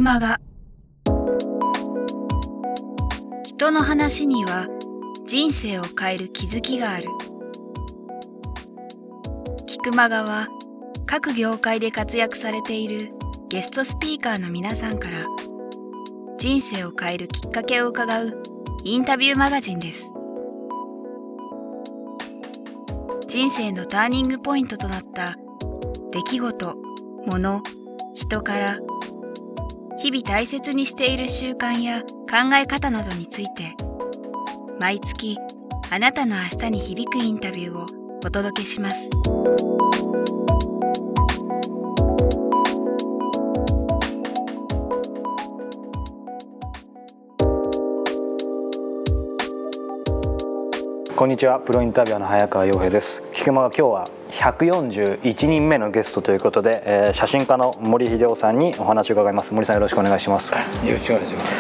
くまが。人の話には人生を変える気づきがある。キクマガは各業界で活躍されているゲストスピーカーの皆さんから人生を変えるきっかけを伺うインタビューマガジンです。人生のターニングポイントとなった出来事、物、人から日々大切にしている習慣や考え方などについて毎月あなたの明日に響くインタビューをお届けします。 こんにちは、プロインタビュアーの早川洋平です。キクマが今日は141人目のゲストということで、写真家の森秀夫さんにお話を伺います。森さん、よろしくお願いします。 よろしくお願いします。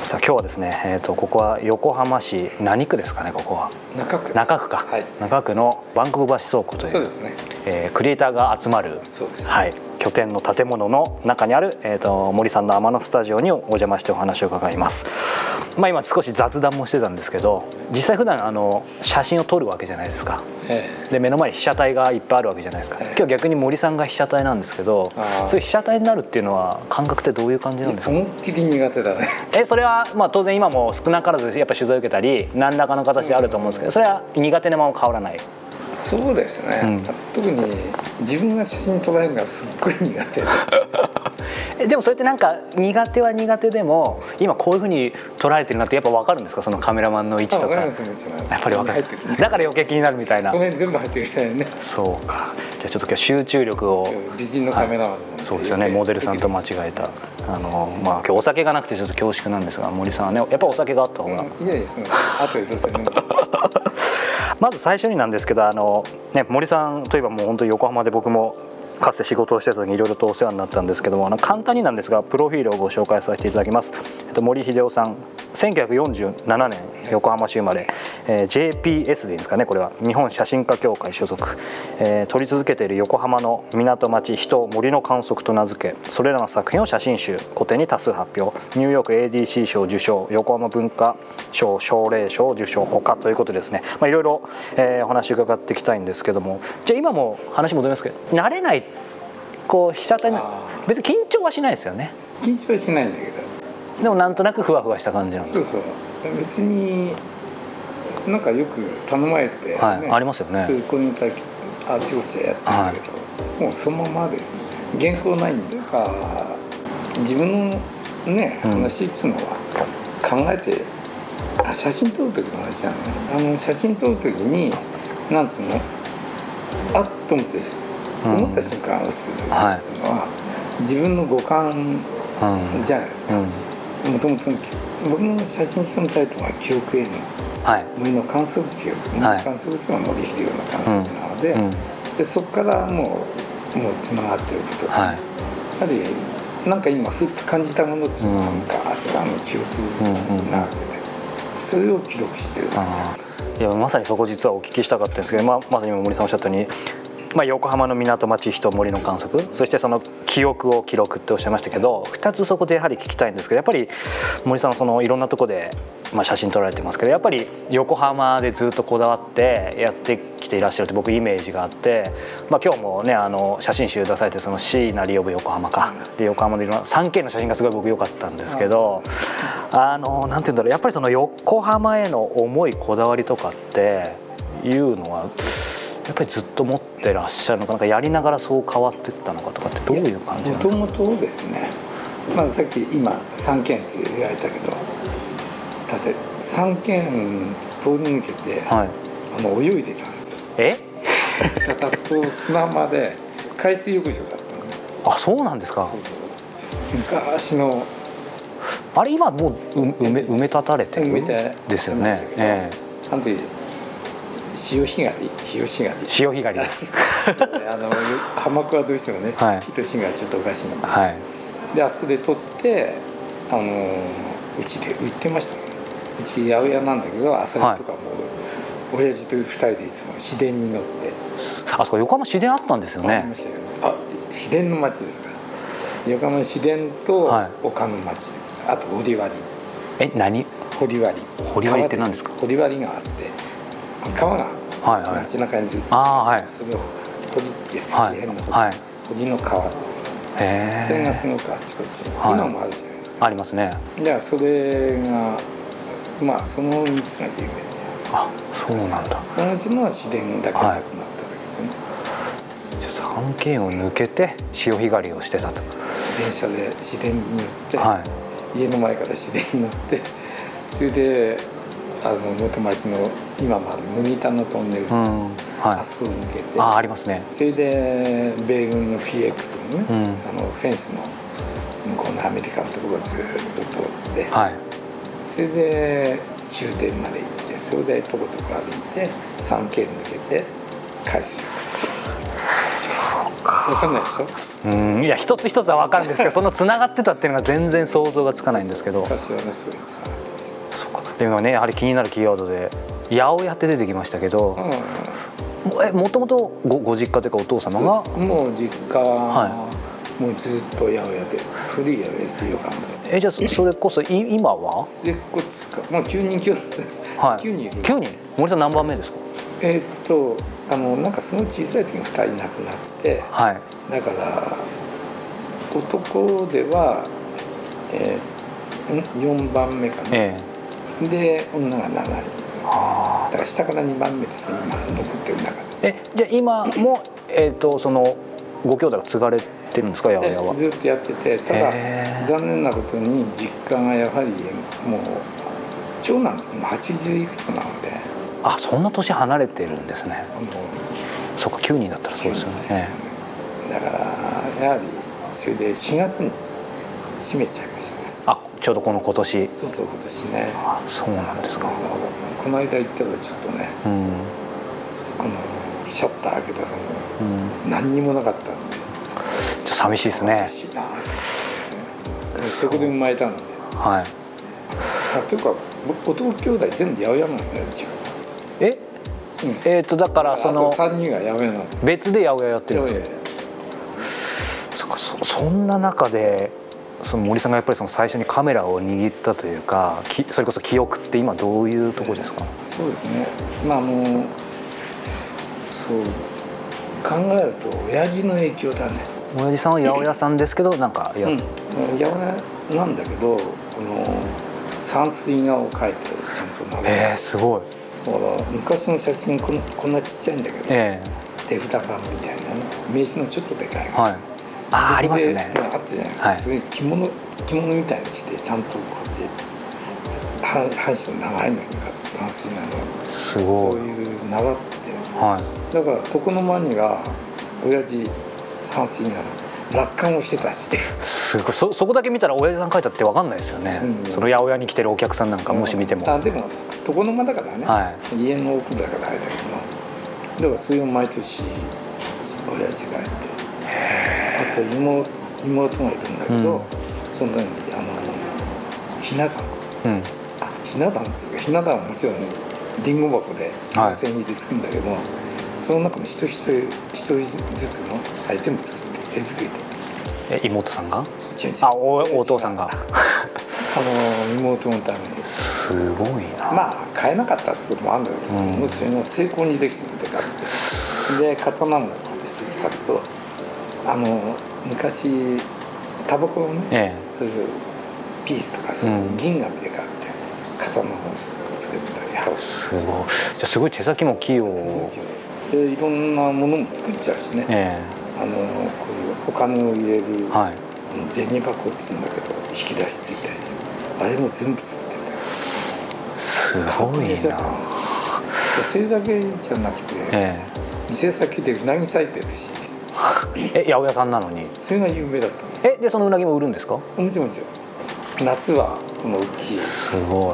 さあ、今日はですね、ここは横浜市何区ですかね。ここは中区か、 はい、 中区の万国橋倉庫という、 そうですね、 クリエイターが集まる、 そうです、 はい、拠点の建物の中にある、森さんの天野スタジオにお邪魔してお話を伺います。今少し雑談もしてたんですけど、実際普段写真を撮るわけじゃないですか。で目の前に被写体がいっぱいあるわけじゃないですか。今日逆に森さんが被写体なんですけど、そういう被写体になるっていうのは感覚ってどういう感じなんですか？ 思いっきり苦手だね。 それは当然今も少なからずやっぱ取材を受けたり何らかの形であると思うんですけど、それは苦手なまま変わらない？ そうですね、特に自分が写真撮られるのがすっごい苦手でもそれってなんか苦手は苦手でも今こういうふうに撮られてるなってやっぱ分かるんですか？そのカメラマンの位置とか。やっぱり分かる。だから余計気になるみたいな。 この辺全部入ってるみたいね。 そうか。じゃあちょっと今日集中力を。 美人のカメラマン、 そうですよね。モデルさんと間違えた。今日お酒がなくてちょっと恐縮なんですが、森さんはねやっぱお酒があった方が。 いやいや、後でどうせね。 まず最初になんですけど、森さんといえばもう本当に横浜で僕もかつて仕事をしてた時にいろいろとお世話になったんですけども、簡単になんですがプロフィールをご紹介させていただきます。森秀夫さん、1947年横浜市生まれ、JPS でいいんですかね、これは日本写真家協会所属、撮り続けている横浜の港町、人、森の観測と名付け、それらの作品を写真集、個展に多数発表、ニューヨーク ADC 賞受賞、横浜文化賞奨励賞受賞ほかということですね。いろいろお話伺っていきたいんですけども、じゃあ今も話戻りますけど、慣れない被写体別に緊張はしないですよね。 緊張はしないんだけど、 でもなんとなくふわふわした感じなんですか？ そう別になんかよく頼まれて、ね、 ありますよね。 そういうこういう体験あちこちやってるんだけど、もうそのままですね。原稿ないんだから自分のね話っていうのは考えて、写真撮る時の話なの。写真撮る時になんつうの、あっと思って思った瞬間をするっていうのは、自分の五感じゃないですか。もともと僕の写真集のタイトルは記憶への森の観測記憶、森の観測っていうのは森秀夫の観測なので、でそこからもうつながっていることが、やはりなんか今ふっと感じたものっていうのは昔からの記憶なわけで、それを記録している。 いやまさにそこ実はお聞きしたかったんですけど、まさに今森さんおっしゃったように、横浜の港町、人、森の観測、そしてその記憶を記録っておっしゃいましたけど、2つそこでやはり聞きたいんですけど、やっぱり森さんはいろんなとこで写真撮られてますけど、やっぱり横浜でずっとこだわってやってきていらっしゃるって僕イメージがあって、今日もね写真集出されて、その椎名リオブ横浜かで、横浜でいろんな 3K の写真がすごい僕良かったんですけど、なんていうんだろう、やっぱりその横浜への思い、こだわりとかっていうのはやっぱりずっと持ってらっしゃるのか、なんかやりながらそう変わっていったのかとかってどういう感じなんですか？ もともとですね、さっき今3件って言われたけど、だって3件通り抜けて、泳いでたんで。だからそこ砂間で海水浴場だったのね。 あ、そうなんですか。 昔のあれ今もう埋め立たれてるですよね。 あの時潮干狩りです。浜子はどうしてもね、人干狩りちょっとおかしいので、であそこで取ってうちで売ってましたね。うち八百屋なんだけど、朝日とかも親父と2人でいつも市電に乗って、 あそこ横浜市電あったんですよね。 市電の町ですから。 横浜市電とはい岡の町、あと堀割。 何？ 堀割って何ですか？ 堀割があって川がはいはい。 街中にずっと、 はい。 それを堀って土はい辺の堀、 はい。 堀の川っていうへえ。 それがすごくあっちこっち、 はい今もあるじゃないですか。 ありますね。 だからそれがその3つが有名ですよ。 あ、そうなんだ。 そのうちの市電だけなくなっただけでね、 じゃあ3県を抜けて潮干狩りをしてたと。 電車で市電に乗って、 は家の前から市電に乗ってそれで元町の今もある麦田のトンネル、 い。はいあ。そこを抜けて、 ありますね。 それで米軍の PX のね、フェンスの向こうのアメリカのところをずっと通って、 はい。 それで終点まで行って、それでとことこ歩いて3県抜けて海水浴。分かんないでしょ。 いや一つ一つは分かるんですけど、そのつながってたっていうのが全然想像がつかないんですけど。 昔はね、そういうつながってました。 そうか。でもね、やはり気になるキーワードで八百屋って出てきましたけど、もともとご実家というかお父様がもう実家、 はもうずっと八百屋で、古い八百屋ですよ、横浜で。 じゃあそれこそ今は末っ子つか、もう9人兄弟、 はい 9人いる。 9人。森さん何番目ですか？ なんかすごい小さい時に2人亡くなって、 はい。 だから男では、4番目かな、で女が7人、だから下から2番目ですね、今残ってる中で。 じゃあ今もそのご兄弟が継がれてるんですか、八百屋は？ ずっとやってて、ただ残念なことに実家がやはりもう長男ですけども80いくつなので。 あ、そんな年離れてるんですね。そっか、9人だったらそうですよね。 だからやはりそれで4月に閉めちゃいましたね。 あ、ちょうど今年。 そうそう、今年ね。 あ、そうなんですか。 この間行ったらちょっとね、シャッター開けたらもう何にもなかったんで、 寂しいですね。 寂しいな。そこで生まれたんで。 はい。 というか男兄弟全部八百屋なのね、うちは。 だからそのあと3人が八百屋なの。 別で八百屋やってるんですよ。そんな中でその森さんがやっぱりその最初にカメラを握ったというか、それこそ記憶って今どういうところですか？ そうですね。そう考えると親父の影響だね。 親父さんは八百屋さんですけど、なんか八百屋なんだけど、山水画を描いてちゃんと名前。 すごい。 昔の写真こんなちっちゃいんだけど、手札版みたいなね、名刺のちょっとでかい。はい。 ありますね。 あったじゃないですか。それ着物みたいにしてちゃんとこうやって半紙の長いのに山水画のすごい。 そういう習って、だから床の間にが親父山水画の落款をしてたし。 すごい。そこだけ見たら親父さん描いたって分かんないですよね。その八百屋に来てるお客さんなんかもし見ても。 でも床の間だからね、家の奥だからあれだけど、だからそれを毎年親父がやって、あと妹がいるんだけど、その時にひな壇、ひな壇っていうか、ひな壇はもちろんりんご箱で千切りで作るんだけど、その中の一人ずつのあれ全部作って手作りで。 妹さんが？ お父さんが。 妹のために。 すごいな。 買えなかったってこともあるんだけど、すごいそれが成功にできてるんで、で刀もさっきと昔タバコをね、そういうピースとかそういう銀紙で買って刀を作ったり。 すごい。じゃあすごい手先も器用で、いろんなものも作っちゃうしね、こういうお金を入れる銭箱っていうんだけど、引き出しついたり、あれも全部作ってるんだよ。 すごいな。 それだけじゃなくて、店先でうなぎ咲いてるし。 八百屋さんなのに。 それが有名だったの。 でそのうなぎも売るんですか？ もちろん。夏はこの大きい、 すごい、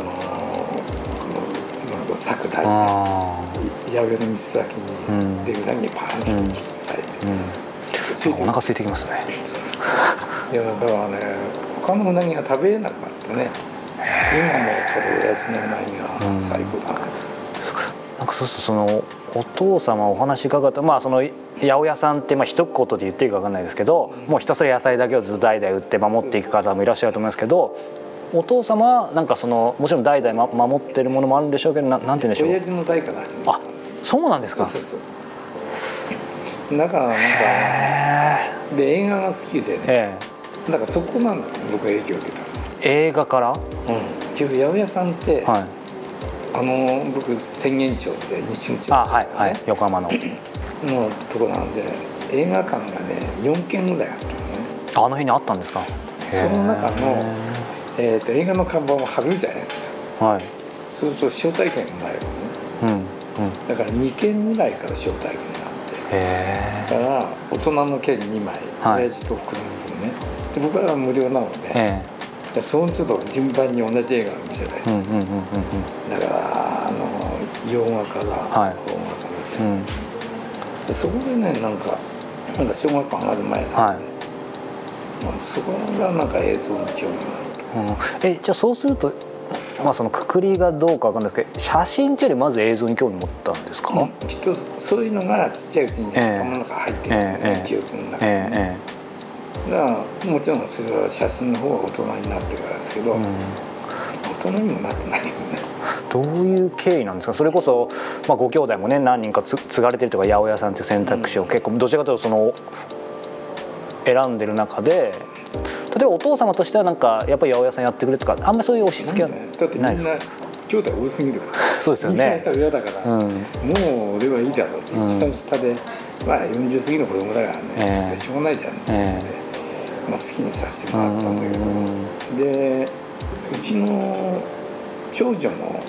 咲く台ね、八百屋の店先に、でうなぎパーンと一気に咲いて、 お腹空いてきますね。 いや、だからね、他のうなぎが食べれなくなってね、今もやっぱり親父のうなぎが最高だな。 ななんかそうするとそのお父様お話伺った、まあその八百屋さんってまあ一言で言っていいか分かんないですけど、もうひたすら野菜だけをずっと代々売って守っていく方もいらっしゃると思いますけど、お父様はなんかそのもちろん代々守ってるものもあるんでしょうけど、なんて言うんでしょう。 親父の代から始めた。 あ、そうなんですか。 そうだからなんかで映画が好きでね、だからそこなんですね、僕は影響を受けた。 映画から。 結局八百屋さんって、 はい、 僕浅間町って西口町、 はいはい、横浜ののとこなんで、映画館がね4軒ぐらいあったのね。 あの辺にあったんですか。 その中の、映画の看板を貼るじゃないですか。はい。そうすると招待券もらえるのね。だから2軒ぐらいから招待券があって、だから大人の券2枚、親父と袋の分ね。で僕は無料なので、その都度順番に同じ映画を見せたい。だから洋画から邦画からで、そこでね、なんかまだ小学校上がる前なんで、そこがなんか映像に興味があると。 じゃあそうすると、まあそのくくりがどうかわかんないですけど、写真っていうよりまず映像に興味持ったんですか。 きっとそういうのがちっちゃいうちに頭の中入ってるんだよね、記憶の中に。だからもちろんそれは写真の方が大人になってからですけど、大人にもなってないけどね。 どういう経緯なんですか。それこそ、まあ、ご兄弟もね何人か継がれてるとか、八百屋さんって選択肢を結構どちらかというとその選んでる中で、例えばお父様としてはなんかやっぱり八百屋さんやってくれとか、あんまりそういう押し付けはないですか。 だってみんな兄弟多すぎるから。 そうですよね。 みんな親だから、もう俺はいいだろうって、一番下で、まあ40過ぎの子供だからね、しょうがないじゃんって。まあ、好きにさせてもらったんだけど、でうちの長女の、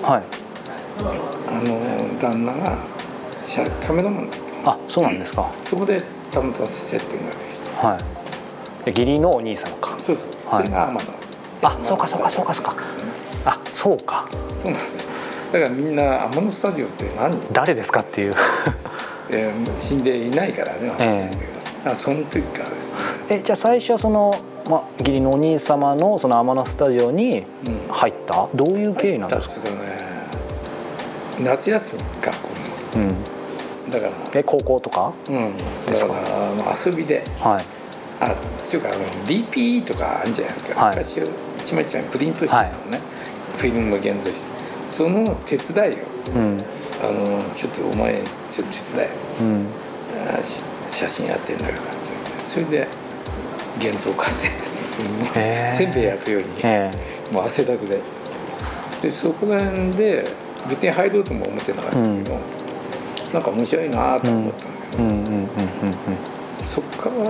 旦那がカメラマンだった。 あ、そうなんですか。 そこでたまたま接点ができて、 はい、義理のお兄様か。 そうそう、それが天野。 あ、そうかそうかそうかそうか。あ、そうか。 そうなんです。だからみんな天野スタジオって誰ですかっていう死んでいないからね、分かんないんだけど、その時からですね。 じゃあ最初はその、義理のお兄様のその天野スタジオに入った、どういう経緯なんですか。 夏休み学校に、だから高校とか、 だから遊びで、っていうかDP とかあるんじゃないですか、昔一枚一枚プリントしてたのね、フィルムの現像して、その手伝いを、ちょっとお前ちょっと手伝い、写真やってんだからって、それで現像買ってせんべい焼くように、もう汗だくでそこら辺で別に入ろうとも思ってなかったんだけど、なんか面白いなと思ったんだけど、そっ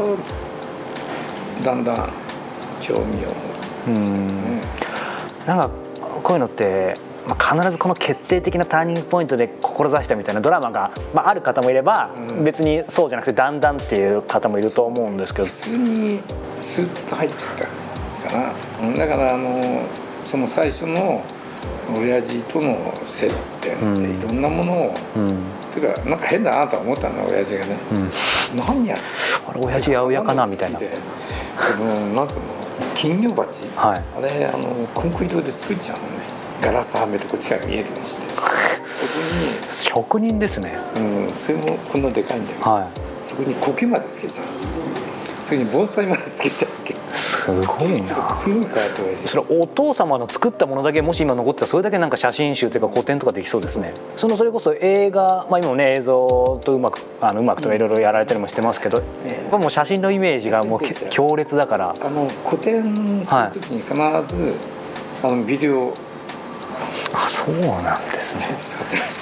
からだんだん興味を持ってきたね。 なんかこういうのって、必ずこの決定的なターニングポイントで志したみたいなドラマが、ある方もいれば、別にそうじゃなくてだんだんっていう方もいると思うんですけど、 普通にスッと入っちゃったかな。だからその最初の親父との接点でいろんなものを、ていうかなんか変だなとは思ったんだ、親父がね、何やあれ親父八百屋かなみたいな。 なんつうの、金魚鉢、あれコンクリートで作っちゃうのね、ガラスはめてこっちから見えるようにして、そこに職人ですね。 それもこんなでかいんだけど、そこに苔までつけちゃう、それに盆栽までつけちゃうわけ。 すごいな。 すごい変わった親父。 それお父様の作ったものだけもし今残ってたら、それだけなんか写真集というか古典とかできそうですね。それこそ映画、今もね映像とうまくとかいろいろやられたりもしてますけど、もう写真のイメージがもう強烈だから、 古典する時に必ずビデオ、 そうなんですね。 使ってました。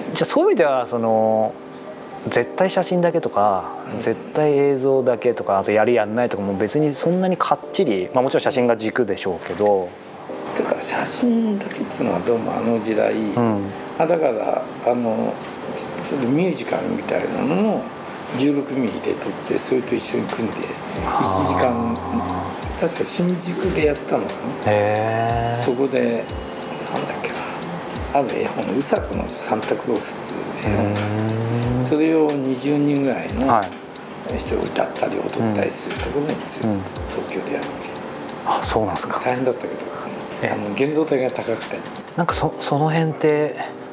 じゃあそういう意味では絶対写真だけとか、絶対映像だけとか、あとやんないとかも別にそんなにかっちり、もちろん写真が軸でしょうけど、 だから写真だけっていうのはどうも時代、だからちょっとミュージカルみたいなのを16ミリで撮って、それと一緒に組んで1時間、確か新宿でやったのかな。そこでなんだっけな、絵本「うさこのサンタクロース」っていう絵本、それを20人ぐらいの人が歌ったり踊ったりするところに東京でやるわけ。 そうなんですか。 大変だったけど、現像代が高くて、 なんかその辺って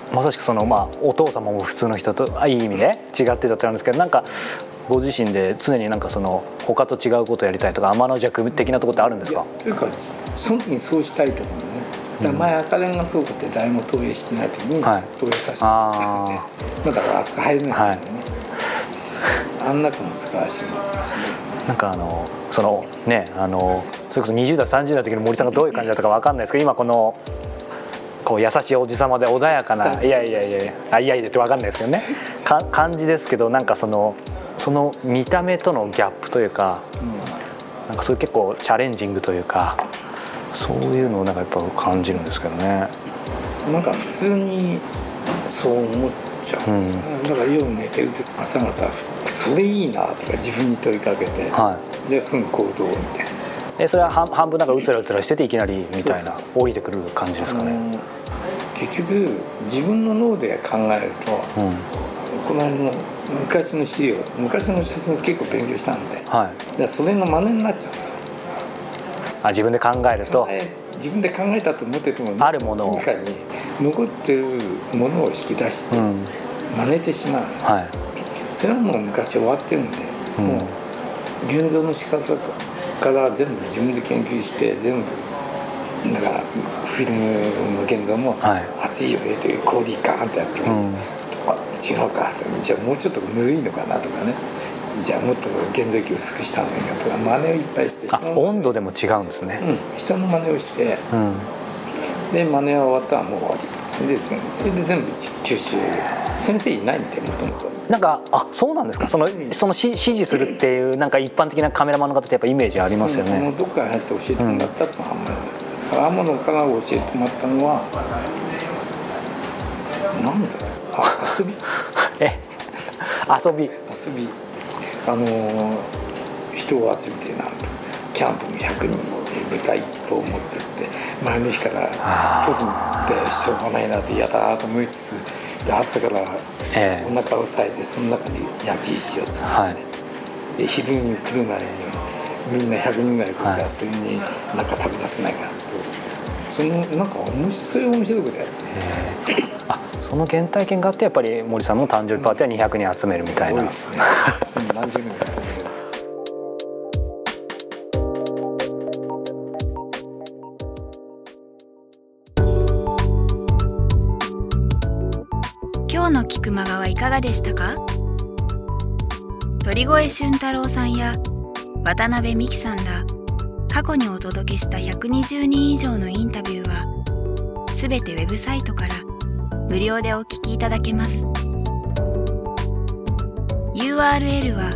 まさしくその、お父様も普通の人といい意味で違ってたってなんですけど、なんかご自身で常になんかその他と違うことをやりたいとか天の弱的なところってあるんですか？ というかその時にそうしたいと思うね。だから前赤レンガ倉庫って誰も投影してない時に投影させてもらってるんで、だからあそこ入れないんだよね、あん中も使わせてもらってますね。 なんかそのねそれこそ20代30代の時の森さんがどういう感じだったか分かんないですけど、今このこう優しいおじさまで穏やかないやって分かんないですけどね感じですけど、なんかその見た目とのギャップというか、なんかそういう結構チャレンジングというか、そういうのをなんかやっぱ感じるんですけどね。 なんか普通にそう思っちゃうんですね、だから夜寝てると朝方それいいなとか自分に問いかけて、じゃあすぐ行動みたいな。 それは半分なんかうつらうつらしてていきなりみたいな降りてくる感じですかね。 結局自分の脳で考えると、この辺の昔の資料、昔の写真結構勉強したんで、だからそれの真似になっちゃう。 自分で考えると自分で考えたと思っててもあるものを中に残ってるものを引き出して真似てしまう、それはもう昔終わってるんで、もう現像の仕方から全部自分で研究して全部だからフィルムの現像も熱いよねという氷ガーンってやっても、違うかと、じゃあもうちょっとぬるいのかなとかね、じゃあもっと現像機薄くしたのにかとか真似をいっぱいして、 温度でも違うんですね、 人の真似をして、で真似が終わったらもう終わりで、それで全部吸収、先生いないんでもともと。 なんかそうなんですか。その指示するっていうなんか一般的なカメラマンの方ってやっぱイメージありますよね。 どっかに入って教えてもらったってのはあんまりない。天野から教えてもらったのはなんだろう、遊び人を集めてなんとキャンプに100人豚1頭持ってって前の日から取りに行ってしょうがないなって嫌だと思いつつ、で朝からお腹を押さえてその中に焼き石を作って、で昼に来る前にみんな100人ぐらい来るから、それに何か食べさせないかと、そのなんかそういう面白いことやって。 その原体験があってやっぱり森さんの誕生日パーティーは200人集めるみたいな。 多いですね。その何十年かやったけど。 今日の菊間川はいかがでしたか？鳥越俊太郎さんや渡辺美樹さんら過去にお届けした120人以上のインタビューはすべてウェブサイトから無料でお聞きいただけます。 URL は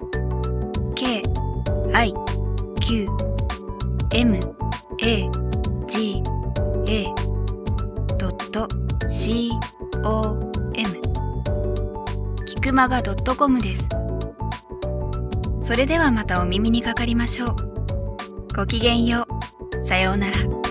kiqmaga.com 菊間が .com です。それではまたお耳にかかりましょう。ごきげんよう。さようなら。